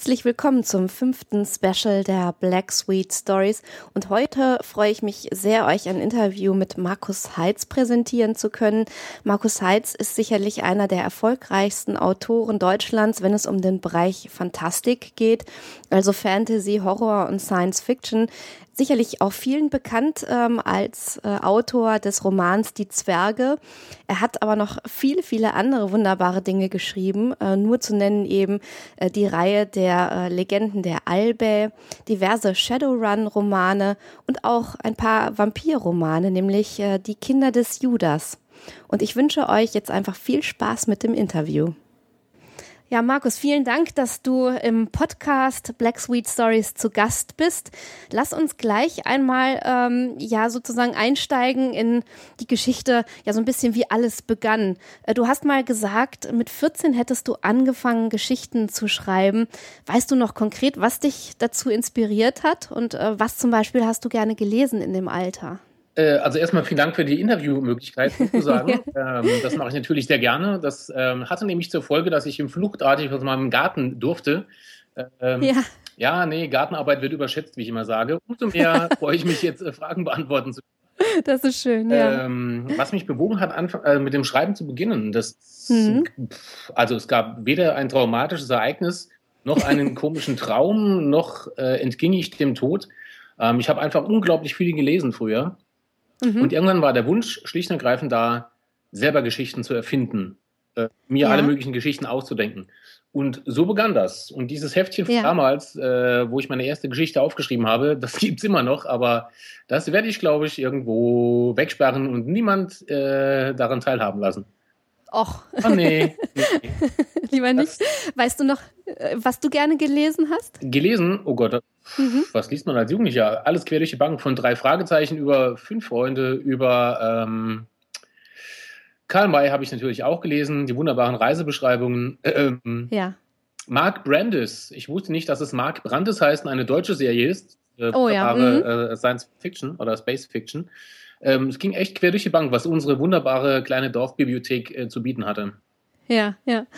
Herzlich willkommen zum 5. Special der Black Sweet Stories und heute freue ich mich sehr, euch ein Interview mit Markus Heitz präsentieren zu können. Markus Heitz ist sicherlich einer der erfolgreichsten Autoren Deutschlands, wenn es um den Bereich Fantastik geht, also Fantasy, Horror und Science Fiction. Sicherlich auch vielen bekannt als Autor des Romans Die Zwerge. Er hat aber noch viele andere wunderbare Dinge geschrieben. Nur zu nennen eben die Reihe der Legenden der Albä, diverse Shadowrun-Romane und auch ein paar Vampir-Romane, nämlich Die Kinder des Judas. Und ich wünsche euch jetzt einfach viel Spaß mit dem Interview. Ja, Markus, vielen Dank, dass du im Podcast Black Sweet Stories zu Gast bist. Lass uns gleich einmal sozusagen einsteigen in die Geschichte, ja so ein bisschen wie alles begann. Du hast mal gesagt, mit 14 hättest du angefangen, Geschichten zu schreiben. Weißt du noch konkret, was dich dazu inspiriert hat und was zum Beispiel hast du gerne gelesen in dem Alter? Also erstmal vielen Dank für die Interviewmöglichkeit sozusagen. Ja. Das mache ich natürlich sehr gerne. Das hatte nämlich zur Folge, dass ich im Fluchtartig aus meinem Garten durfte. Gartenarbeit wird überschätzt, wie ich immer sage. Umso mehr freue ich mich jetzt, Fragen beantworten zu können. Das ist schön, ja. Was mich bewogen hat, mit dem Schreiben zu beginnen, also es gab weder ein traumatisches Ereignis, noch einen komischen Traum, noch entging ich dem Tod. Ich habe einfach unglaublich viel gelesen früher. Und irgendwann war der Wunsch schlicht und ergreifend da, selber Geschichten zu erfinden, mir alle möglichen Geschichten auszudenken. Und so begann das. Und dieses Heftchen von damals, wo ich meine erste Geschichte aufgeschrieben habe, das gibt's immer noch, aber das werde ich, glaube ich, irgendwo wegsperren und niemand daran teilhaben lassen. Och. Oh nee. Lieber nicht. Weißt du noch, was du gerne gelesen hast? Gelesen? Oh Gott, was liest man als Jugendlicher? Alles quer durch die Bank, von 3 Fragezeichen über 5 Freunde, über Karl May habe ich natürlich auch gelesen, die wunderbaren Reisebeschreibungen. Mark Brandes, ich wusste nicht, dass es Mark Brandes heißt und eine deutsche Serie ist. Science Fiction oder Space Fiction. Es ging echt quer durch die Bank, was unsere wunderbare kleine Dorfbibliothek zu bieten hatte. Ja.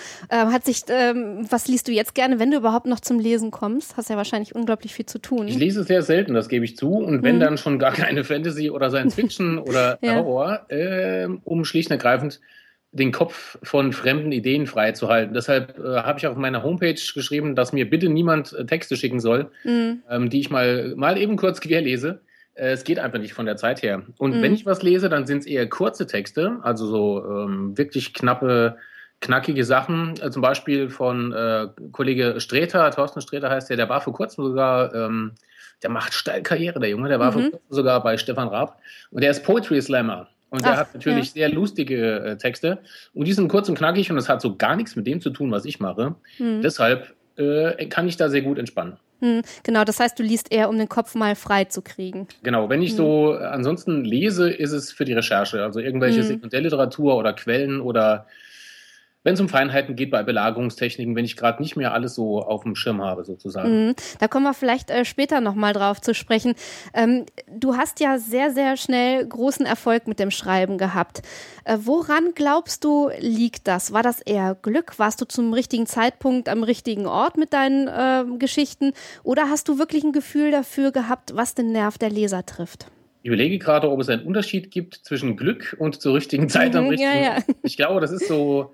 Was liest du jetzt gerne, wenn du überhaupt noch zum Lesen kommst? Hast ja wahrscheinlich unglaublich viel zu tun. Ich lese sehr selten, das gebe ich zu. Und wenn dann schon gar keine Fantasy oder Science Fiction oder Horror, um schlicht und ergreifend den Kopf von fremden Ideen freizuhalten. Deshalb habe ich auf meiner Homepage geschrieben, dass mir bitte niemand Texte schicken soll, die ich mal eben kurz querlese. Es geht einfach nicht von der Zeit her. Und wenn ich was lese, dann sind es eher kurze Texte, also so wirklich knackige Sachen. Zum Beispiel von Kollege Sträter, Thorsten Sträter heißt der war vor kurzem sogar, der macht steil Karriere, der Junge, der war vor kurzem sogar bei Stefan Raab. Und der ist Poetry Slammer. Und der hat natürlich sehr lustige Texte. Und die sind kurz und knackig und das hat so gar nichts mit dem zu tun, was ich mache. Deshalb kann ich da sehr gut entspannen. Genau, das heißt, du liest eher, um den Kopf mal frei zu kriegen. Genau, wenn ich so ansonsten lese, ist es für die Recherche. Also irgendwelche Sekundärliteratur oder Quellen oder wenn es um Feinheiten geht bei Belagerungstechniken, wenn ich gerade nicht mehr alles so auf dem Schirm habe, sozusagen. Da kommen wir vielleicht später nochmal drauf zu sprechen. Du hast ja sehr, sehr schnell großen Erfolg mit dem Schreiben gehabt. Woran glaubst du, liegt das? War das eher Glück? Warst du zum richtigen Zeitpunkt am richtigen Ort mit deinen Geschichten? Oder hast du wirklich ein Gefühl dafür gehabt, was den Nerv der Leser trifft? Ich überlege gerade, ob es einen Unterschied gibt zwischen Glück und zur richtigen Zeit am richtigen Ort. Ich glaube, das ist so...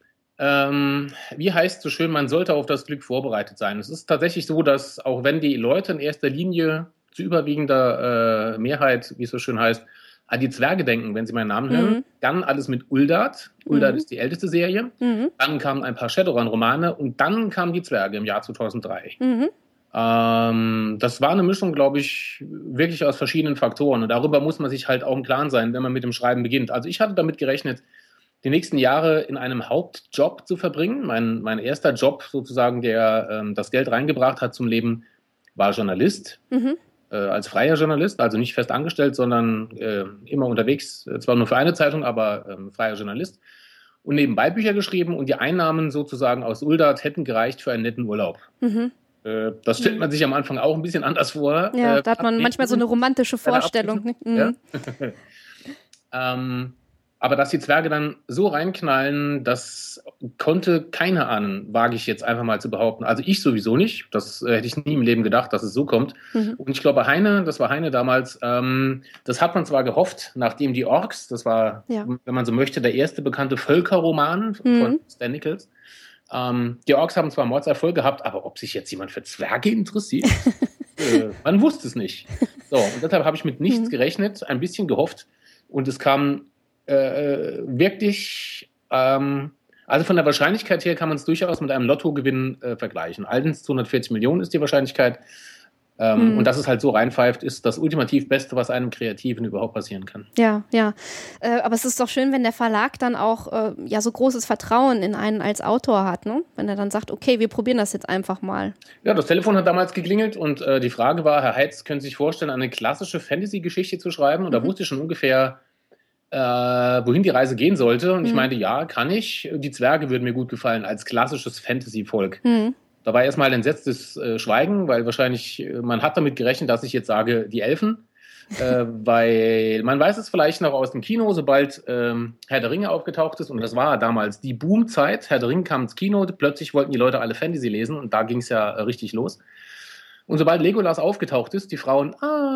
wie heißt so schön, man sollte auf das Glück vorbereitet sein. Es ist tatsächlich so, dass auch wenn die Leute in erster Linie zu überwiegender Mehrheit, wie es so schön heißt, an die Zwerge denken, wenn sie meinen Namen hören, dann alles mit Uldart. Uldart ist die älteste Serie. Dann kamen ein paar Shadowrun-Romane und dann kamen die Zwerge im Jahr 2003. Das war eine Mischung, glaube ich, wirklich aus verschiedenen Faktoren. Und darüber muss man sich halt auch im Klaren sein, wenn man mit dem Schreiben beginnt. Also ich hatte damit gerechnet, die nächsten Jahre in einem Hauptjob zu verbringen. Mein erster Job sozusagen, der das Geld reingebracht hat zum Leben, war Journalist. Als freier Journalist, also nicht fest angestellt, sondern immer unterwegs, zwar nur für eine Zeitung, aber freier Journalist. Und nebenbei Bücher geschrieben und die Einnahmen sozusagen aus Uldart hätten gereicht für einen netten Urlaub. Das stellt man sich am Anfang auch ein bisschen anders vor. Ja, da hat man manchmal so eine romantische Vorstellung. Ja. Aber dass die Zwerge dann so reinknallen, das konnte keiner ahnen, wage ich jetzt einfach mal zu behaupten. Also ich sowieso nicht. Das hätte ich nie im Leben gedacht, dass es so kommt. Und ich glaube, das war Heine damals, das hat man zwar gehofft, nachdem die Orks, das war, wenn man so möchte, der erste bekannte Völkerroman von Stan Nichols. Die Orks haben zwar Mordserfolg gehabt, aber ob sich jetzt jemand für Zwerge interessiert, man wusste es nicht. So, und deshalb habe ich mit nichts gerechnet, ein bisschen gehofft. Und es kam wirklich, also von der Wahrscheinlichkeit her kann man es durchaus mit einem Lottogewinn vergleichen. Aldens 240 Millionen ist die Wahrscheinlichkeit. Und dass es halt so reinpfeift, ist das ultimativ Beste, was einem Kreativen überhaupt passieren kann. Ja. Aber es ist doch schön, wenn der Verlag dann auch so großes Vertrauen in einen als Autor hat, ne? Wenn er dann sagt, okay, wir probieren das jetzt einfach mal. Ja, das Telefon hat damals geklingelt und die Frage war, Herr Heitz, können Sie sich vorstellen, eine klassische Fantasy-Geschichte zu schreiben? Und da wusste ich schon ungefähr, wohin die Reise gehen sollte. Und ich meinte, ja, kann ich. Die Zwerge würden mir gut gefallen als klassisches Fantasy-Volk. Da war erstmal ein entsetztes Schweigen, weil wahrscheinlich man hat damit gerechnet, dass ich jetzt sage, die Elfen. Weil man weiß es vielleicht noch aus dem Kino, sobald Herr der Ringe aufgetaucht ist. Und das war damals die Boomzeit. Herr der Ringe kam ins Kino, plötzlich wollten die Leute alle Fantasy lesen. Und da ging es ja richtig los. Und sobald Legolas aufgetaucht ist, die Frauen,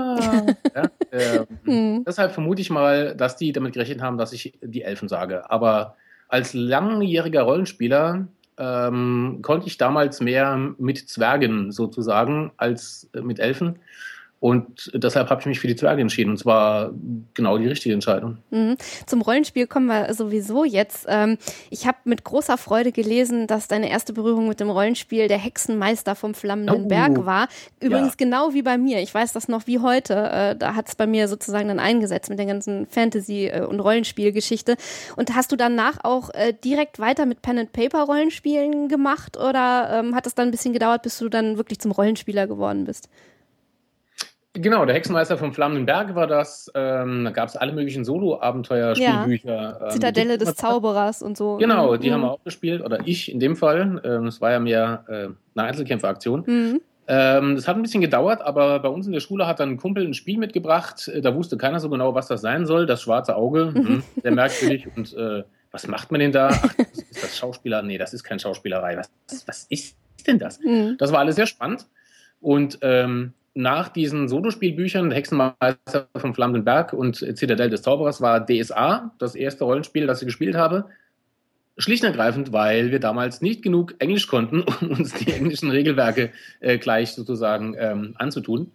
deshalb vermute ich mal, dass die damit gerechnet haben, dass ich die Elfen sage. Aber als langjähriger Rollenspieler konnte ich damals mehr mit Zwergen sozusagen als mit Elfen. Und deshalb habe ich mich für die Zwerge entschieden. Und zwar genau die richtige Entscheidung. Zum Rollenspiel kommen wir sowieso jetzt. Ich habe mit großer Freude gelesen, dass deine erste Berührung mit dem Rollenspiel der Hexenmeister vom Flammenden Berg war. Übrigens genau wie bei mir. Ich weiß das noch wie heute. Da hat es bei mir sozusagen dann eingesetzt mit der ganzen Fantasy- und Rollenspielgeschichte. Und hast du danach auch direkt weiter mit Pen-and-Paper-Rollenspielen gemacht? Oder hat es dann ein bisschen gedauert, bis du dann wirklich zum Rollenspieler geworden bist? Genau, der Hexenmeister vom Flammenden Berg war das. Da gab es alle möglichen Solo-Abenteuer-Spielbücher. Zitadelle des Zauberers und so. Genau, die haben wir auch gespielt. Oder ich in dem Fall. Das war ja mehr eine Einzelkämpferaktion. Das hat ein bisschen gedauert, aber bei uns in der Schule hat dann ein Kumpel ein Spiel mitgebracht. Da wusste keiner so genau, was das sein soll. Das schwarze Auge, sehr merkwürdig. Und was macht man denn da? Ach, ist das Schauspieler? Nee, das ist keine Schauspielerei. Was ist denn das? Das war alles sehr spannend. Und nach diesen Solospielbüchern, der Hexenmeister vom Flammenden Berg und Zitadelle des Zauberers, war DSA das erste Rollenspiel, das ich gespielt habe. Schlicht und ergreifend, weil wir damals nicht genug Englisch konnten, um uns die englischen Regelwerke gleich sozusagen anzutun.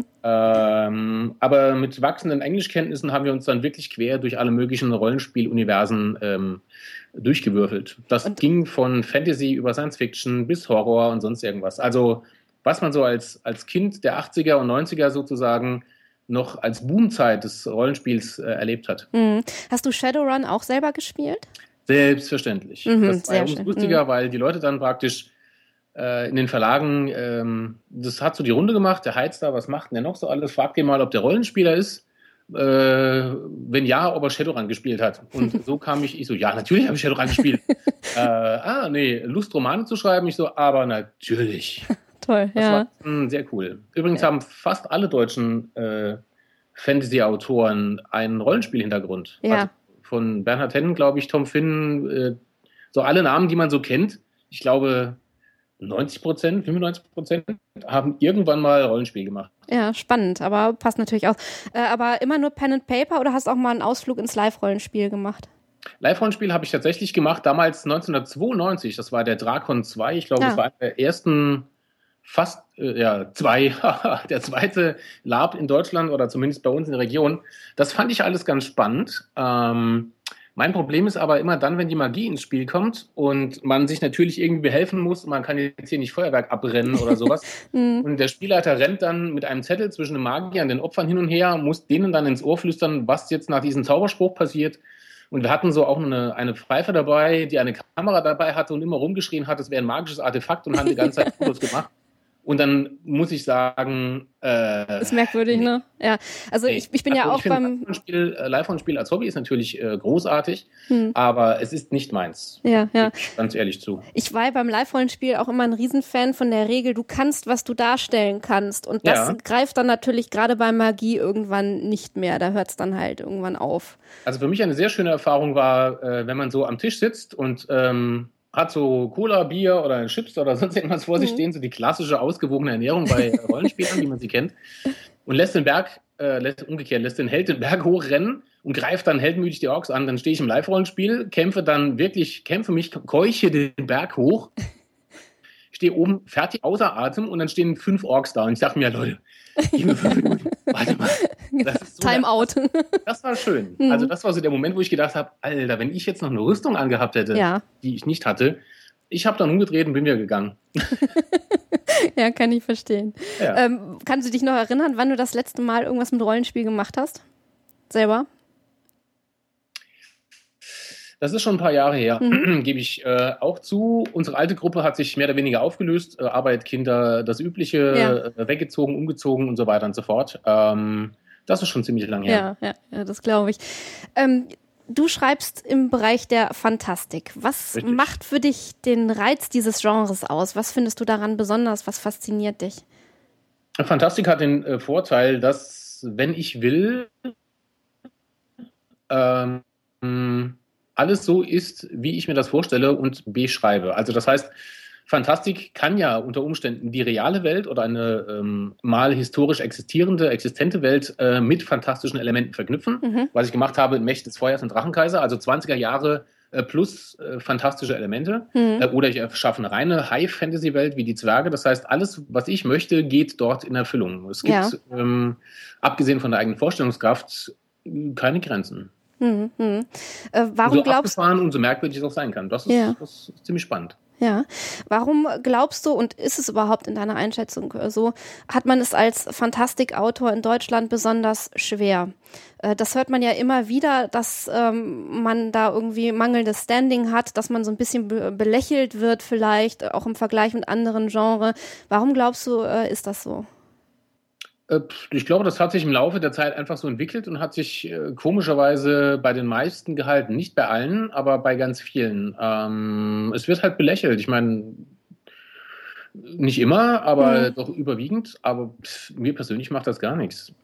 Aber mit wachsenden Englischkenntnissen haben wir uns dann wirklich quer durch alle möglichen Rollenspieluniversen durchgewürfelt. Das ging von Fantasy über Science Fiction bis Horror und sonst irgendwas. Also was man so als Kind der 80er und 90er sozusagen noch als Boomzeit des Rollenspiels erlebt hat. Hast du Shadowrun auch selber gespielt? Selbstverständlich. Das war ja umso lustiger, weil die Leute dann praktisch in den Verlagen, das hat so die Runde gemacht, der Heiz da, was macht denn der noch so alles? Fragt ihr mal, ob der Rollenspieler ist. Wenn ja, ob er Shadowrun gespielt hat. Und so kam ich so, ja, natürlich habe ich Shadowrun gespielt. Lust, Romane zu schreiben. Ich so, aber natürlich. Toll, das war sehr cool. Übrigens haben fast alle deutschen Fantasy-Autoren einen Rollenspiel-Hintergrund. Ja. Also von Bernhard Hennen, glaube ich, Tom Finn, so alle Namen, die man so kennt. Ich glaube, 95% haben irgendwann mal Rollenspiel gemacht. Ja, spannend, aber passt natürlich auch. Aber immer nur Pen and Paper oder hast du auch mal einen Ausflug ins Live-Rollenspiel gemacht? Live-Rollenspiel habe ich tatsächlich gemacht, damals 1992. Das war der Drakon 2. Ich glaube, das war einer der ersten der zweite LARP in Deutschland oder zumindest bei uns in der Region. Das fand ich alles ganz spannend. Mein Problem ist aber immer dann, wenn die Magie ins Spiel kommt und man sich natürlich irgendwie behelfen muss, man kann jetzt hier nicht Feuerwerk abbrennen oder sowas. Und der Spielleiter rennt dann mit einem Zettel zwischen den Magiern, den Opfern hin und her, muss denen dann ins Ohr flüstern, was jetzt nach diesem Zauberspruch passiert. Und wir hatten so auch eine Pfeife dabei, die eine Kamera dabei hatte und immer rumgeschrien hat, es wäre ein magisches Artefakt und haben die ganze Zeit Fotos gemacht. Und dann muss ich sagen, ist merkwürdig, nee. Ne? Ja, also ich bin ja auch beim Live-Rollenspiel als Hobby ist natürlich großartig, aber es ist nicht meins. Ja. Ganz ehrlich zu. Ich war beim Live-Rollenspiel auch immer ein Riesenfan von der Regel, du kannst, was du darstellen kannst. Und das greift dann natürlich gerade bei Magie irgendwann nicht mehr. Da hört es dann halt irgendwann auf. Also für mich eine sehr schöne Erfahrung war, wenn man so am Tisch sitzt und hat so Cola, Bier oder Chips oder sonst irgendwas vor sich stehen, so die klassische ausgewogene Ernährung bei Rollenspielern, wie man sie kennt, und lässt den Held den Berg hochrennen und greift dann heldenmütig die Orks an. Dann stehe ich im Live-Rollenspiel, kämpfe mich, keuche den Berg hoch, stehe oben fertig außer Atem und dann stehen 5 Orks da und ich dachte mir, Leute, gib mir 5 Minuten, warte mal. Timeout. Das war schön. Also das war so der Moment, wo ich gedacht habe, Alter, wenn ich jetzt noch eine Rüstung angehabt hätte, die ich nicht hatte, ich habe dann umgedreht und bin wieder gegangen. Ja, kann ich verstehen. Ja. Kannst du dich noch erinnern, wann du das letzte Mal irgendwas mit Rollenspiel gemacht hast? Selber? Das ist schon ein paar Jahre her, gebe ich auch zu. Unsere alte Gruppe hat sich mehr oder weniger aufgelöst. Arbeit, Kinder, das Übliche, weggezogen, umgezogen und so weiter und so fort. Das ist schon ziemlich lang her. Ja, das glaube ich. Du schreibst im Bereich der Fantastik. Was macht für dich den Reiz dieses Genres aus? Was findest du daran besonders? Was fasziniert dich? Fantastik hat den Vorteil, dass, wenn ich will, alles so ist, wie ich mir das vorstelle und beschreibe. Also das heißt, Fantastik kann ja unter Umständen die reale Welt oder eine mal historisch existente Welt mit fantastischen Elementen verknüpfen. Was ich gemacht habe in Mächte des Feuers und Drachenkaiser, also 20er Jahre plus fantastische Elemente. Oder ich erschaffe eine reine High-Fantasy-Welt wie die Zwerge. Das heißt, alles, was ich möchte, geht dort in Erfüllung. Es gibt, abgesehen von der eigenen Vorstellungskraft, keine Grenzen. Warum so abgefahren und so merkwürdig es auch sein kann. Das ist ziemlich spannend. Ja. Warum glaubst du, und ist es überhaupt in deiner Einschätzung so, hat man es als Fantastikautor in Deutschland besonders schwer? Das hört man ja immer wieder, dass man da irgendwie mangelndes Standing hat, dass man so ein bisschen belächelt wird vielleicht, auch im Vergleich mit anderen Genres. Warum glaubst du, ist das so? Ich glaube, das hat sich im Laufe der Zeit einfach so entwickelt und hat sich komischerweise bei den meisten gehalten. Nicht bei allen, aber bei ganz vielen. Es wird halt belächelt. Ich meine, nicht immer, aber doch überwiegend. Aber mir persönlich macht das gar nichts.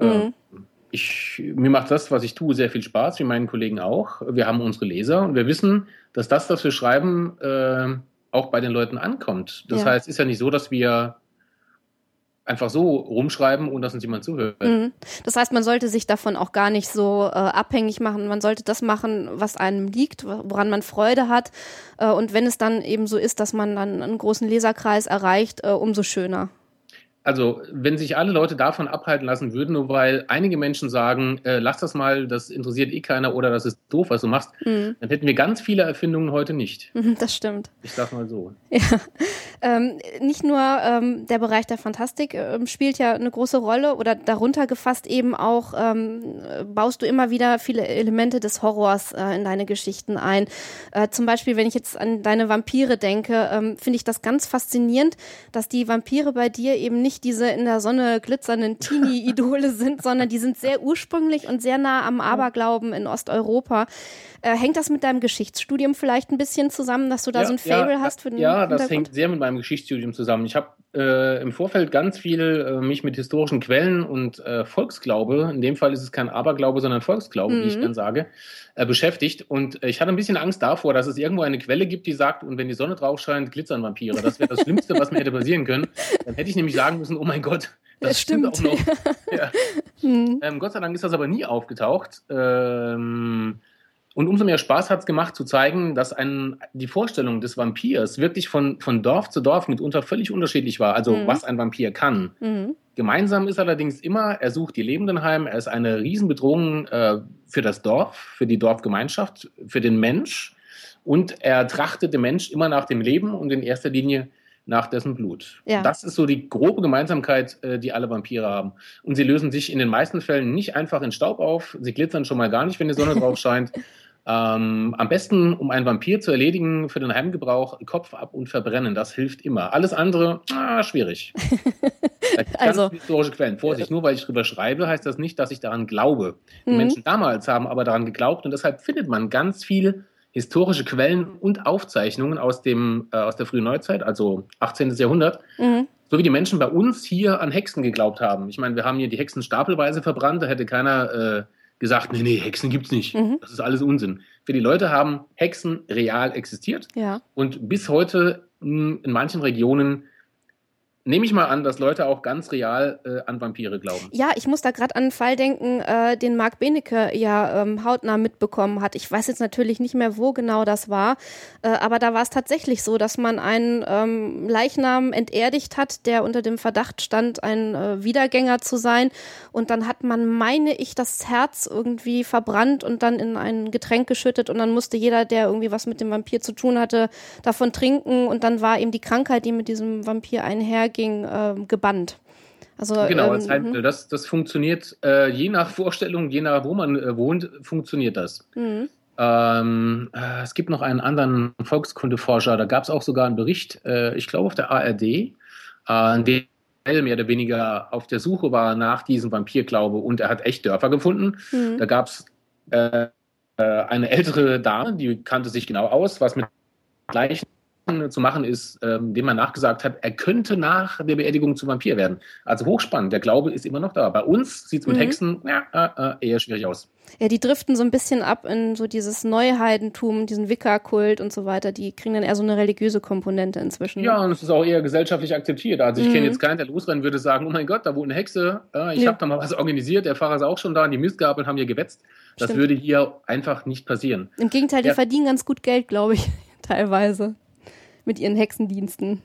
Mir macht das, was ich tue, sehr viel Spaß, wie meinen Kollegen auch. Wir haben unsere Leser und wir wissen, dass das, was wir schreiben, auch bei den Leuten ankommt. Das heißt, es ist ja nicht so, dass wir einfach so rumschreiben, ohne dass uns jemand zuhört. Das heißt, man sollte sich davon auch gar nicht so abhängig machen. Man sollte das machen, was einem liegt, woran man Freude hat. Und wenn es dann eben so ist, dass man dann einen großen Leserkreis erreicht, umso schöner. Also, wenn sich alle Leute davon abhalten lassen würden, nur weil einige Menschen sagen, lass das mal, das interessiert eh keiner oder das ist doof, was du machst, dann hätten wir ganz viele Erfindungen heute nicht. Das stimmt. Ich sag mal so. Ja. Nicht nur der Bereich der Fantastik spielt ja eine große Rolle oder darunter gefasst eben auch baust du immer wieder viele Elemente des Horrors in deine Geschichten ein. Zum Beispiel, wenn ich jetzt an deine Vampire denke, finde ich das ganz faszinierend, dass die Vampire bei dir eben nicht diese in der Sonne glitzernden Teenie-Idole sind, sondern die sind sehr ursprünglich und sehr nah am Aberglauben in Osteuropa. Hängt das mit deinem Geschichtsstudium vielleicht ein bisschen zusammen, dass du da so ein Faible hast für den Hintergrund? Das hängt sehr mit meinem Geschichtsstudium zusammen. Ich habe im Vorfeld ganz viel mich mit historischen Quellen und Volksglaube, in dem Fall ist es kein Aberglaube, sondern Volksglaube, wie ich dann sage, beschäftigt. Und ich hatte ein bisschen Angst davor, dass es irgendwo eine Quelle gibt, die sagt, und wenn die Sonne drauf scheint, glitzern Vampire. Das wäre das Schlimmste, was mir hätte passieren können. Dann hätte ich nämlich sagen müssen, oh mein Gott, das stimmt auch noch. Ja. Gott sei Dank ist das aber nie aufgetaucht. Und umso mehr Spaß hat es gemacht, zu zeigen, dass die Vorstellung des Vampirs wirklich von Dorf zu Dorf mitunter völlig unterschiedlich war. Also was ein Vampir kann. Gemeinsam ist allerdings immer, er sucht die Lebenden heim, er ist eine Riesenbedrohung für das Dorf, für die Dorfgemeinschaft, für den Mensch. Und er trachtet dem Mensch immer nach dem Leben und in erster Linie nach dessen Blut. Ja. Das ist so die grobe Gemeinsamkeit, die alle Vampire haben. Und sie lösen sich in den meisten Fällen nicht einfach in Staub auf. Sie glitzern schon mal gar nicht, wenn die Sonne drauf scheint. Am besten, um einen Vampir zu erledigen, für den Heimgebrauch, Kopf ab und verbrennen. Das hilft immer. Alles andere, schwierig. Also, ganz historische Quellen. Vorsicht, nur weil ich drüber schreibe, heißt das nicht, dass ich daran glaube. Die Menschen damals haben aber daran geglaubt und deshalb findet man ganz viel historische Quellen und Aufzeichnungen aus der frühen Neuzeit, also 18. Jahrhundert, so wie die Menschen bei uns hier an Hexen geglaubt haben. Ich meine, wir haben hier die Hexen stapelweise verbrannt, da hätte keiner gesagt, nee, Hexen gibt's nicht. Das ist alles Unsinn. Für die Leute haben Hexen real existiert. Ja. Und bis heute in manchen Regionen nehme ich mal an, dass Leute auch ganz real an Vampire glauben. Ja, ich muss da gerade an einen Fall denken, den Marc Benecke ja hautnah mitbekommen hat. Ich weiß jetzt natürlich nicht mehr, wo genau das war, aber da war es tatsächlich so, dass man einen Leichnam enterdigt hat, der unter dem Verdacht stand, ein Wiedergänger zu sein. Und dann hat man, meine ich, das Herz irgendwie verbrannt und dann in ein Getränk geschüttet und dann musste jeder, der irgendwie was mit dem Vampir zu tun hatte, davon trinken und dann war eben die Krankheit, die mit diesem Vampir einhergeht, gebannt. Also, genau, das funktioniert je nach Vorstellung, je nach wo man wohnt, funktioniert das. Es gibt noch einen anderen Volkskundeforscher, da gab es auch sogar einen Bericht, ich glaube auf der ARD, in dem mehr oder weniger auf der Suche war nach diesem Vampirglaube und er hat echt Dörfer gefunden. Da gab es eine ältere Dame, die kannte sich genau aus, was mit gleichen zu machen ist, dem man nachgesagt hat, er könnte nach der Beerdigung zum Vampir werden. Also hochspannend, der Glaube ist immer noch da. Bei uns sieht es mit Hexen eher schwierig aus. Ja, die driften so ein bisschen ab in so dieses Neuheidentum, diesen Wicca-Kult und so weiter. Die kriegen dann eher so eine religiöse Komponente inzwischen. Ja, und es ist auch eher gesellschaftlich akzeptiert. Also ich kenne jetzt keinen, der losrennen würde sagen, oh mein Gott, da wohnt eine Hexe, ich habe da mal was organisiert, der Pfarrer ist auch schon da und die Mistgabeln haben hier gewetzt. Das würde hier einfach nicht passieren. Im Gegenteil, die verdienen ganz gut Geld, glaube ich, teilweise. Mit ihren Hexendiensten.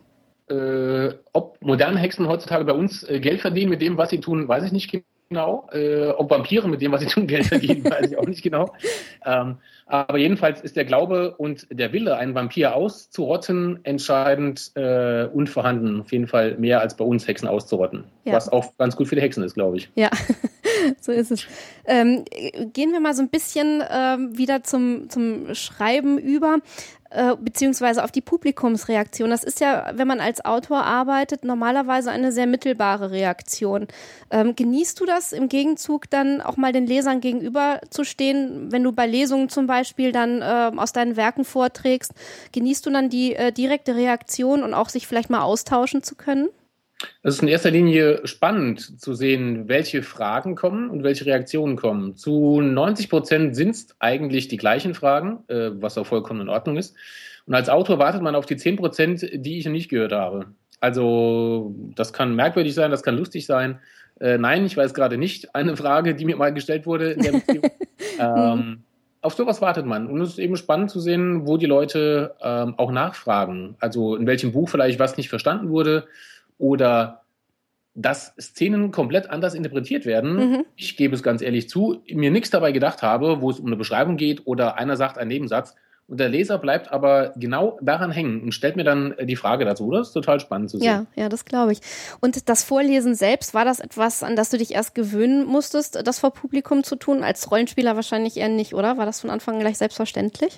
Ob moderne Hexen heutzutage bei uns Geld verdienen mit dem, was sie tun, weiß ich nicht genau. Ob Vampire mit dem, was sie tun, Geld verdienen, weiß ich auch nicht genau. Aber jedenfalls ist der Glaube und der Wille, einen Vampir auszurotten, entscheidend unvorhanden. Auf jeden Fall mehr als bei uns Hexen auszurotten. Ja. Was auch ganz gut für die Hexen ist, glaube ich. Ja, so ist es. Gehen wir mal so ein bisschen wieder zum Schreiben über. Beziehungsweise auf die Publikumsreaktion. Das ist ja, wenn man als Autor arbeitet, normalerweise eine sehr mittelbare Reaktion. Genießt du das im Gegenzug dann auch mal den Lesern gegenüberzustehen, wenn du bei Lesungen zum Beispiel dann aus deinen Werken vorträgst? Genießt du dann die direkte Reaktion und auch sich vielleicht mal austauschen zu können? Es ist in erster Linie spannend zu sehen, welche Fragen kommen und welche Reaktionen kommen. Zu 90% sind es eigentlich die gleichen Fragen, was auch vollkommen in Ordnung ist. Und als Autor wartet man auf die 10%, die ich noch nicht gehört habe. Also das kann merkwürdig sein, das kann lustig sein. Nein, ich weiß gerade nicht. Eine Frage, die mir mal gestellt wurde in der Beziehung. Auf sowas wartet man. Und es ist eben spannend zu sehen, wo die Leute auch nachfragen. Also in welchem Buch vielleicht was nicht verstanden wurde. Oder dass Szenen komplett anders interpretiert werden. Ich gebe es ganz ehrlich zu, mir nichts dabei gedacht habe, wo es um eine Beschreibung geht oder einer sagt einen Nebensatz und der Leser bleibt aber genau daran hängen und stellt mir dann die Frage dazu. Das ist total spannend zu sehen. Ja, das glaube ich. Und das Vorlesen selbst, war das etwas, an das du dich erst gewöhnen musstest, das vor Publikum zu tun? Als Rollenspieler wahrscheinlich eher nicht, oder? War das von Anfang an gleich selbstverständlich?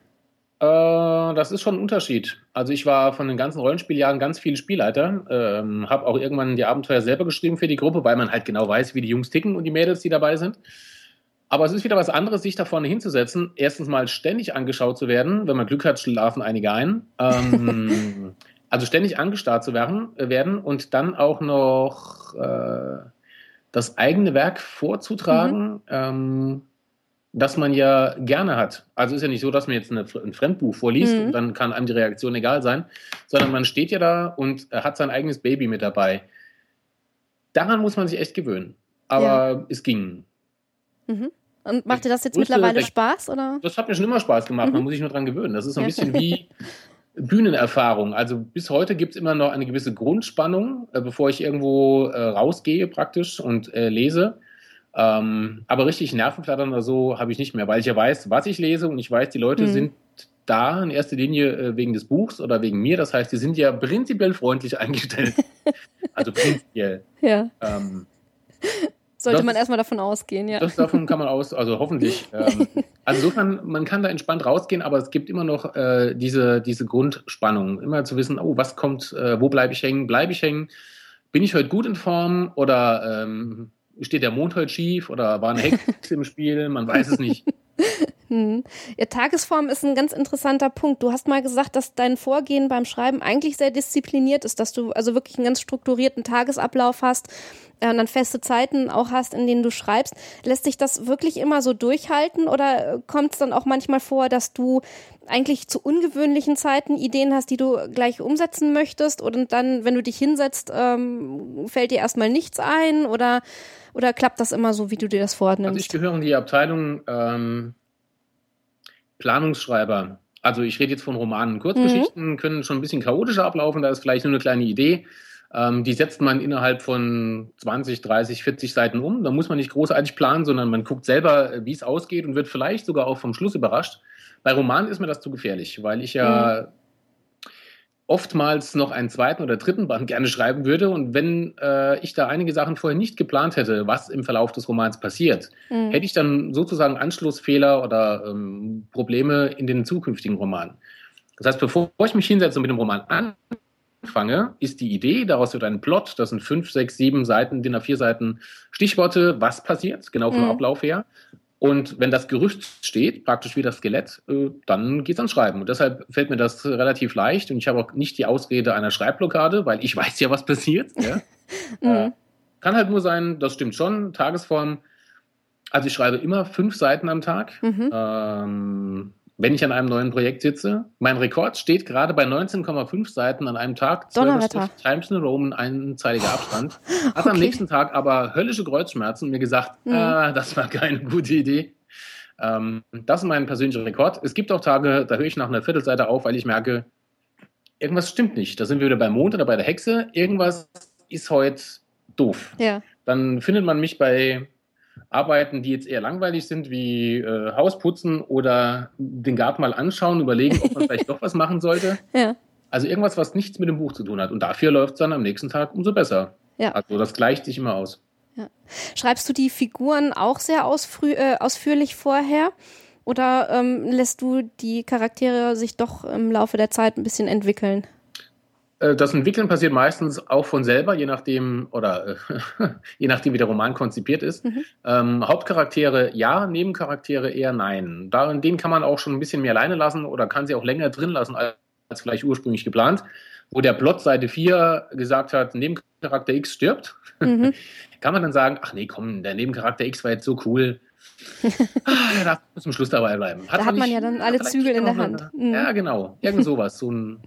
Das ist schon ein Unterschied. Also ich war von den ganzen Rollenspieljahren ganz viel Spielleiter, habe auch irgendwann die Abenteuer selber geschrieben für die Gruppe, weil man halt genau weiß, wie die Jungs ticken und die Mädels, die dabei sind. Aber es ist wieder was anderes, sich da vorne hinzusetzen, erstens mal ständig angeschaut zu werden, wenn man Glück hat, schlafen einige ein, also ständig angestarrt zu werden und dann auch noch das eigene Werk vorzutragen, das man ja gerne hat. Also ist ja nicht so, dass man jetzt ein Fremdbuch vorliest und dann kann einem die Reaktion egal sein, sondern man steht ja da und hat sein eigenes Baby mit dabei. Daran muss man sich echt gewöhnen. Aber es ging. Und macht dir das jetzt mittlerweile Spaß? Oder? Das hat mir schon immer Spaß gemacht, man muss sich nur dran gewöhnen. Das ist so ein bisschen wie Bühnenerfahrung. Also bis heute gibt es immer noch eine gewisse Grundspannung, bevor ich irgendwo rausgehe praktisch und lese. Aber richtig Nervenflattern oder so habe ich nicht mehr, weil ich ja weiß, was ich lese und ich weiß, die Leute sind da in erster Linie wegen des Buchs oder wegen mir. Das heißt, die sind ja prinzipiell freundlich eingestellt. Also prinzipiell. Ja. Sollte man erstmal davon ausgehen, ja. Davon kann man also hoffentlich. Also insofern, man kann da entspannt rausgehen, aber es gibt immer noch diese Grundspannung. Immer zu wissen, oh, was kommt, wo bleibe ich hängen? Bleibe ich hängen? Bin ich heute gut in Form? Oder steht der Mond heute schief? Oder war eine Hexe im Spiel? Man weiß es nicht. Ja, Tagesform ist ein ganz interessanter Punkt. Du hast mal gesagt, dass dein Vorgehen beim Schreiben eigentlich sehr diszipliniert ist, dass du also wirklich einen ganz strukturierten Tagesablauf hast und dann feste Zeiten auch hast, in denen du schreibst. Lässt sich das wirklich immer so durchhalten oder kommt es dann auch manchmal vor, dass du eigentlich zu ungewöhnlichen Zeiten Ideen hast, die du gleich umsetzen möchtest und dann, wenn du dich hinsetzt, fällt dir erstmal nichts ein oder klappt das immer so, wie du dir das vornimmst? Also ich gehöre in die Abteilung Planungsschreiber. Also ich rede jetzt von Romanen. Kurzgeschichten können schon ein bisschen chaotischer ablaufen, da ist vielleicht nur eine kleine Idee. Die setzt man innerhalb von 20, 30, 40 Seiten um. Da muss man nicht großartig planen, sondern man guckt selber, wie es ausgeht und wird vielleicht sogar auch vom Schluss überrascht. Bei Romanen ist mir das zu gefährlich, weil ich ja oftmals noch einen zweiten oder dritten Band gerne schreiben würde. Und wenn ich da einige Sachen vorher nicht geplant hätte, was im Verlauf des Romans passiert, hätte ich dann sozusagen Anschlussfehler oder Probleme in den zukünftigen Romanen. Das heißt, bevor ich mich hinsetze und mit dem Roman anfange, ist die Idee, daraus wird ein Plot, das sind 5, 6, 7 Seiten, DIN A4 Seiten, Stichworte, was passiert, genau vom Ablauf her. Und wenn das Gerücht steht, praktisch wie das Skelett, dann geht es ans Schreiben. Und deshalb fällt mir das relativ leicht. Und ich habe auch nicht die Ausrede einer Schreibblockade, weil ich weiß ja, was passiert. Ja? Kann halt nur sein, das stimmt schon, Tagesform. Also ich schreibe immer 5 Seiten am Tag, wenn ich an einem neuen Projekt sitze. Mein Rekord steht gerade bei 19,5 Seiten an einem Tag. 12 Times New Roman, einzeiliger Abstand. Hat am nächsten Tag aber höllische Kreuzschmerzen und mir gesagt, das war keine gute Idee. Das ist mein persönlicher Rekord. Es gibt auch Tage, da höre ich nach einer Viertelseite auf, weil ich merke, irgendwas stimmt nicht. Da sind wir wieder beim Mond oder bei der Hexe. Irgendwas ist heute doof. Ja. Dann findet man mich bei Arbeiten, die jetzt eher langweilig sind, wie Hausputzen oder den Garten mal anschauen, überlegen, ob man vielleicht doch was machen sollte. Ja. Also irgendwas, was nichts mit dem Buch zu tun hat. Und dafür läuft es dann am nächsten Tag umso besser. Ja. Also das gleicht sich immer aus. Ja. Schreibst du die Figuren auch sehr ausführlich vorher? Oder lässt du die Charaktere sich doch im Laufe der Zeit ein bisschen entwickeln? Das Entwickeln passiert meistens auch von selber, je nachdem, wie der Roman konzipiert ist. Hauptcharaktere ja, Nebencharaktere eher nein. Den kann man auch schon ein bisschen mehr alleine lassen oder kann sie auch länger drin lassen als vielleicht ursprünglich geplant. Wo der Plot Seite 4 gesagt hat, Nebencharakter X stirbt, kann man dann sagen, ach nee, komm, der Nebencharakter X war jetzt so cool. Der darf zum Schluss dabei bleiben. Da hat man ja dann alle Zügel in der Hand. Ja, genau. Irgend sowas.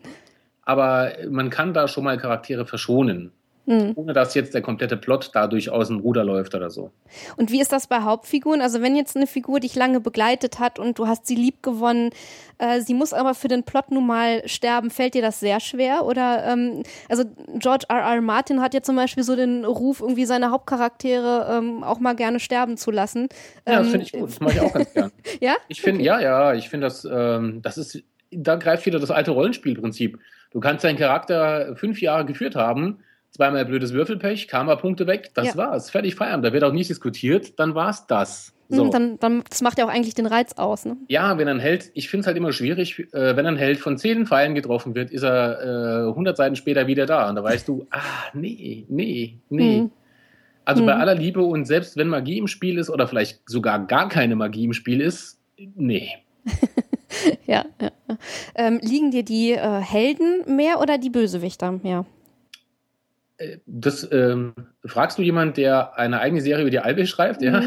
Aber man kann da schon mal Charaktere verschonen, ohne dass jetzt der komplette Plot dadurch aus dem Ruder läuft oder so. Und wie ist das bei Hauptfiguren? Also wenn jetzt eine Figur dich lange begleitet hat und du hast sie lieb gewonnen, sie muss aber für den Plot nun mal sterben, fällt dir das sehr schwer? Oder also George R.R. Martin hat ja zum Beispiel so den Ruf, irgendwie seine Hauptcharaktere auch mal gerne sterben zu lassen. Ja, das finde ich gut. Das mache ich auch ganz gern. Ja? Ich finde, ich finde das ist, da greift wieder das alte Rollenspielprinzip. Du kannst deinen Charakter 5 Jahre geführt haben, zweimal blödes Würfelpech, Karma-Punkte weg, das war's, fertig Feierabend. Da wird auch nicht diskutiert, dann war's das. So. Dann, das macht ja auch eigentlich den Reiz aus, ne? Ja, wenn ein Held, ich finde es halt immer schwierig, wenn ein Held von 10 Pfeilen getroffen wird, ist er 100 Seiten später wieder da. Und da weißt du, nee. Also bei aller Liebe und selbst wenn Magie im Spiel ist oder vielleicht sogar gar keine Magie im Spiel ist, nee. Ja. Liegen dir die Helden mehr oder die Bösewichter mehr? Das fragst du jemand, der eine eigene Serie über die Albe schreibt? Ja?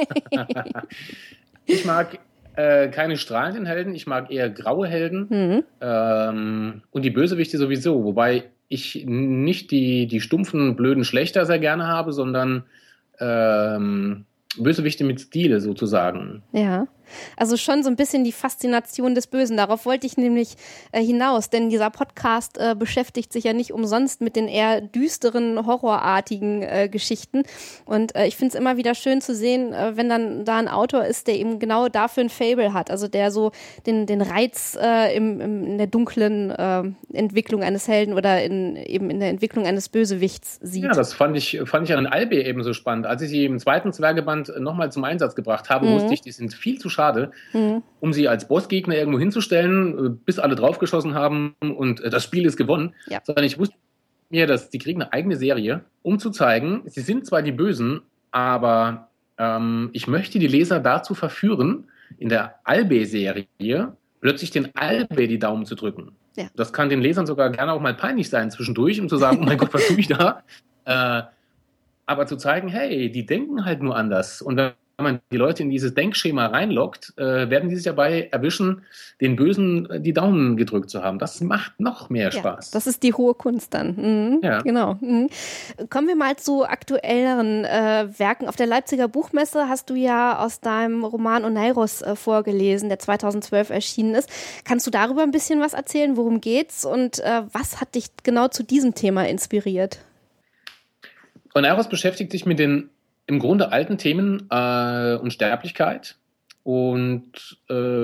Ich mag keine strahlenden Helden, ich mag eher graue Helden und die Bösewichte sowieso, wobei ich nicht die stumpfen, blöden Schlechter sehr gerne habe, sondern Bösewichte mit Stile sozusagen. Ja, also schon so ein bisschen die Faszination des Bösen. Darauf wollte ich nämlich hinaus, denn dieser Podcast beschäftigt sich ja nicht umsonst mit den eher düsteren, horrorartigen Geschichten. Und ich finde es immer wieder schön zu sehen, wenn dann da ein Autor ist, der eben genau dafür ein Faible hat. Also der so den Reiz in der dunklen Entwicklung eines Helden oder eben in der Entwicklung eines Bösewichts sieht. Ja, das fand ich an Albe eben so spannend. Als ich sie im zweiten Zwergeband nochmal zum Einsatz gebracht habe, wusste ich, die sind viel zu schade, um sie als Bossgegner irgendwo hinzustellen, bis alle draufgeschossen haben und das Spiel ist gewonnen. Ja. Sondern ich wusste mir, dass die kriegen eine eigene Serie, um zu zeigen, sie sind zwar die Bösen, aber ich möchte die Leser dazu verführen, in der Albe-Serie plötzlich den Albe die Daumen zu drücken. Ja. Das kann den Lesern sogar gerne auch mal peinlich sein zwischendurch, um zu sagen, oh mein Gott, was tue ich da? Aber zu zeigen, hey, die denken halt nur anders. Und wenn man die Leute in dieses Denkschema reinlockt, werden die sich dabei erwischen, den Bösen die Daumen gedrückt zu haben. Das macht noch mehr Spaß. Ja, das ist die hohe Kunst dann. Ja. Genau. Kommen wir mal zu aktuelleren Werken. Auf der Leipziger Buchmesse hast du ja aus deinem Roman Oneiros vorgelesen, der 2012 erschienen ist. Kannst du darüber ein bisschen was erzählen? Worum geht's? Und was hat dich genau zu diesem Thema inspiriert? Oneiros beschäftigt sich mit den im Grunde alten Themen Unsterblichkeit. Und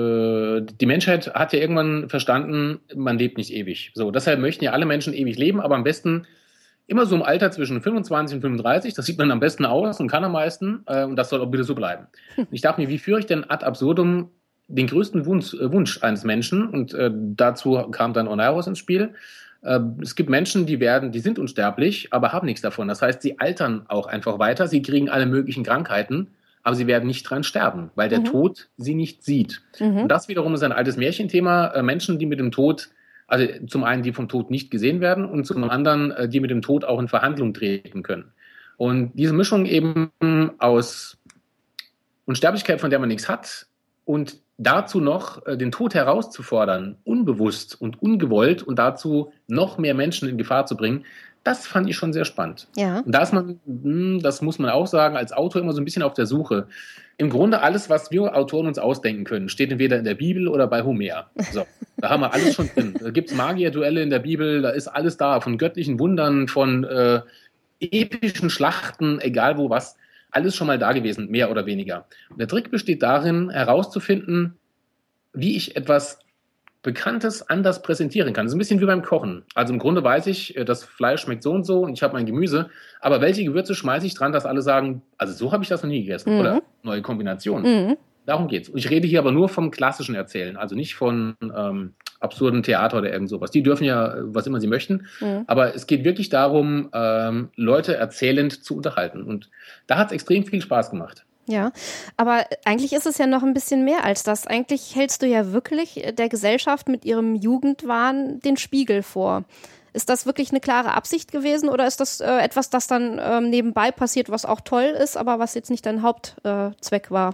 die Menschheit hat ja irgendwann verstanden, man lebt nicht ewig. So, deshalb möchten ja alle Menschen ewig leben, aber am besten immer so im Alter zwischen 25 und 35. Das sieht man am besten aus und kann am meisten. Und das soll auch bitte so bleiben. Und ich dachte mir, wie führe ich denn ad absurdum den größten Wunsch eines Menschen? Und dazu kam dann Oneiros ins Spiel. Es gibt Menschen, die sind unsterblich, aber haben nichts davon. Das heißt, sie altern auch einfach weiter. Sie kriegen alle möglichen Krankheiten, aber sie werden nicht dran sterben, weil der Tod sie nicht sieht. Und das wiederum ist ein altes Märchenthema. Menschen, die mit dem Tod, also zum einen, die vom Tod nicht gesehen werden und zum anderen, die mit dem Tod auch in Verhandlung treten können. Und diese Mischung eben aus Unsterblichkeit, von der man nichts hat, und dazu noch den Tod herauszufordern, unbewusst und ungewollt, und dazu noch mehr Menschen in Gefahr zu bringen, das fand ich schon sehr spannend. Ja. Und da ist man, das muss man auch sagen, als Autor immer so ein bisschen auf der Suche. Im Grunde alles, was wir Autoren uns ausdenken können, steht entweder in der Bibel oder bei Homer. So, da haben wir alles schon drin. Da gibt es Magierduelle in der Bibel, da ist alles da, von göttlichen Wundern, von epischen Schlachten, egal wo was. Alles schon mal da gewesen, mehr oder weniger. Und der Trick besteht darin, herauszufinden, wie ich etwas Bekanntes anders präsentieren kann. Das ist ein bisschen wie beim Kochen. Also im Grunde weiß ich, das Fleisch schmeckt so und so und ich habe mein Gemüse, aber welche Gewürze schmeiße ich dran, dass alle sagen, also so habe ich das noch nie gegessen oder neue Kombinationen. Darum geht's. Und ich rede hier aber nur vom klassischen Erzählen, also nicht von absurden Theater oder irgend sowas. Die dürfen ja, was immer sie möchten, aber es geht wirklich darum, Leute erzählend zu unterhalten. Und da hat es extrem viel Spaß gemacht. Ja, aber eigentlich ist es ja noch ein bisschen mehr als das. Eigentlich hältst du ja wirklich der Gesellschaft mit ihrem Jugendwahn den Spiegel vor. Ist das wirklich eine klare Absicht gewesen oder ist das etwas, das dann nebenbei passiert, was auch toll ist, aber was jetzt nicht dein Hauptzweck war?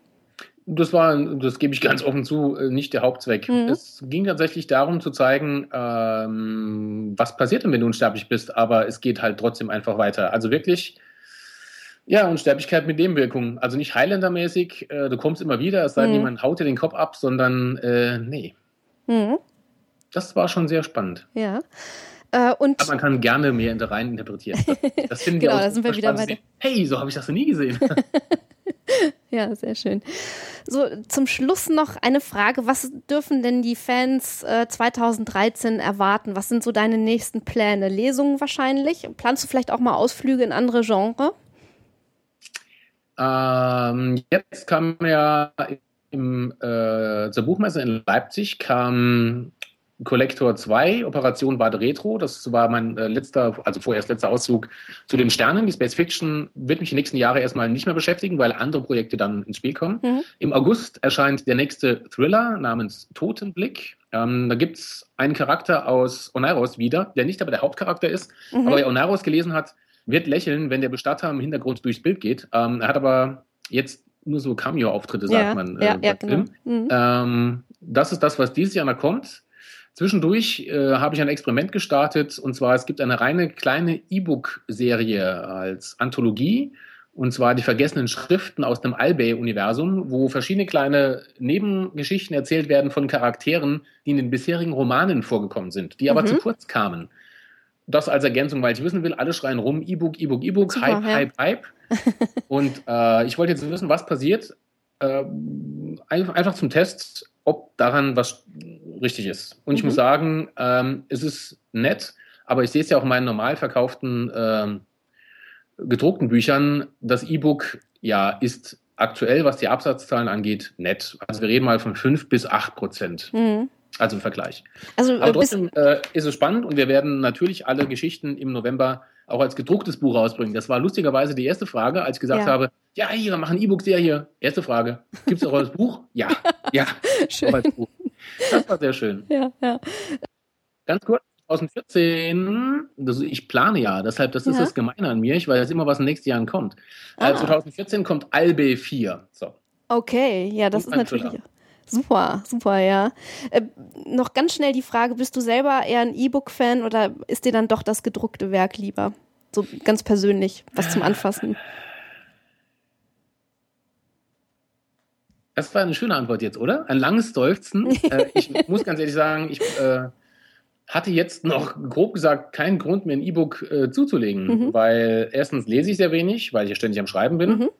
Das gebe ich ganz offen zu, nicht der Hauptzweck. Es ging tatsächlich darum zu zeigen, was passiert denn, wenn du unsterblich bist, aber es geht halt trotzdem einfach weiter. Also wirklich, ja, Unsterblichkeit mit Nebenwirkungen. Also nicht Highlander-mäßig, du kommst immer wieder, es sei denn, jemand haut dir den Kopf ab, sondern nee. Das war schon sehr spannend. Ja. Und aber man kann gerne mehr rein interpretieren. Das finden genau, wir auch da sind wir wieder weiter. Hey, so habe ich das noch nie gesehen. Ja, sehr schön. So, zum Schluss noch eine Frage. Was dürfen denn die Fans 2013 erwarten? Was sind so deine nächsten Pläne? Lesungen wahrscheinlich? Planst du vielleicht auch mal Ausflüge in andere Genres? Jetzt kam ja zur Buchmesse in Leipzig kam Collector 2, Operation Bad Retro. Das war mein vorerst letzter Auszug zu den Sternen. Die Space Fiction wird mich die nächsten Jahre erstmal nicht mehr beschäftigen, weil andere Projekte dann ins Spiel kommen. Im August erscheint der nächste Thriller namens Totenblick. Da gibt's einen Charakter aus Oneiros wieder, der nicht aber der Hauptcharakter ist. Aber wer Oneiros gelesen hat, wird lächeln, wenn der Bestatter im Hintergrund durchs Bild geht. Er hat aber jetzt nur so Cameo-Auftritte, sagt man. Genau. Das ist das, was dieses Jahr noch kommt. Zwischendurch habe ich ein Experiment gestartet, und zwar es gibt eine reine kleine E-Book-Serie als Anthologie, und zwar die vergessenen Schriften aus dem Albay-Universum, wo verschiedene kleine Nebengeschichten erzählt werden von Charakteren, die in den bisherigen Romanen vorgekommen sind, die aber zu kurz kamen. Das als Ergänzung, weil ich wissen will, alle schreien rum, E-Book, E-Book, E-Book, Hype, ja. Hype, Hype. Und ich wollte jetzt wissen, was passiert, einfach zum Test, ob daran was richtig ist. Und ich muss sagen, es ist nett, aber ich sehe es ja auch in meinen normal verkauften gedruckten Büchern. Das E-Book, ja, ist aktuell, was die Absatzzahlen angeht, nett. Also wir reden mal von 5-8%. Mhm. Also im Vergleich. Also, aber trotzdem ist es spannend und wir werden natürlich alle Geschichten im November auch als gedrucktes Buch rausbringen. Das war lustigerweise die erste Frage, als ich gesagt habe, ja, hier, wir machen E-Book-Serie. Erste Frage, gibt es auch als Buch? Ja, schön. Auch als Buch. Das war sehr schön. Ja. Ganz kurz, 2014, also ich plane ja, deshalb, das ist das Gemeine an mir, ich weiß immer, was in den nächsten Jahren kommt. 2014 kommt Albe 4. So. Okay, ja, das ist natürlich... Super, ja. Noch ganz schnell die Frage, bist du selber eher ein E-Book-Fan oder ist dir dann doch das gedruckte Werk lieber? So ganz persönlich, was zum Anfassen. Das war eine schöne Antwort jetzt, oder? Ein langes Seufzen. Ich muss ganz ehrlich sagen, ich hatte jetzt noch, grob gesagt, keinen Grund, mir ein E-Book zuzulegen, weil erstens lese ich sehr wenig, weil ich ja ständig am Schreiben bin.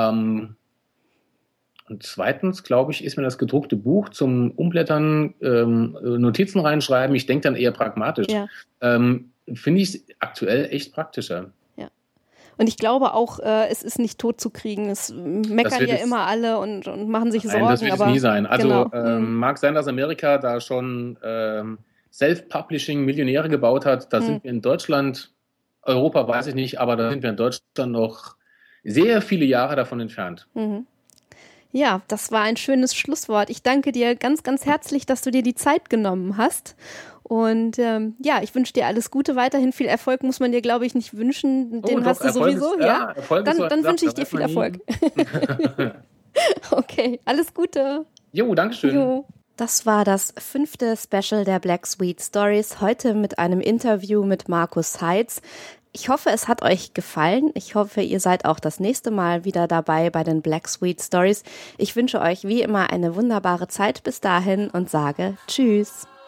Und zweitens, glaube ich, ist mir das gedruckte Buch zum Umblättern, Notizen reinschreiben, ich denke dann eher pragmatisch. Ja. Finde ich aktuell echt praktischer. Ja. Und ich glaube auch, es ist nicht tot zu kriegen. Es meckern ja immer alle und machen sich Sorgen. Das wird es nie sein. Also mag sein, dass Amerika da schon Self-Publishing Millionäre gebaut hat. Da sind wir in Deutschland, Europa weiß ich nicht, aber da sind wir in Deutschland noch sehr viele Jahre davon entfernt. Ja, das war ein schönes Schlusswort. Ich danke dir ganz, ganz herzlich, dass du dir die Zeit genommen hast. Und ich wünsche dir alles Gute, weiterhin viel Erfolg muss man dir, glaube ich, nicht wünschen. Den hast du sowieso, ja? Dann wünsche ich dir viel Erfolg. Okay, alles Gute. Jo, danke schön. Jo. Das war das 5. Special der Black Sweet Stories, heute mit einem Interview mit Markus Heitz. Ich hoffe, es hat euch gefallen. Ich hoffe, ihr seid auch das nächste Mal wieder dabei bei den Black Sweet Stories. Ich wünsche euch wie immer eine wunderbare Zeit bis dahin und sage Tschüss.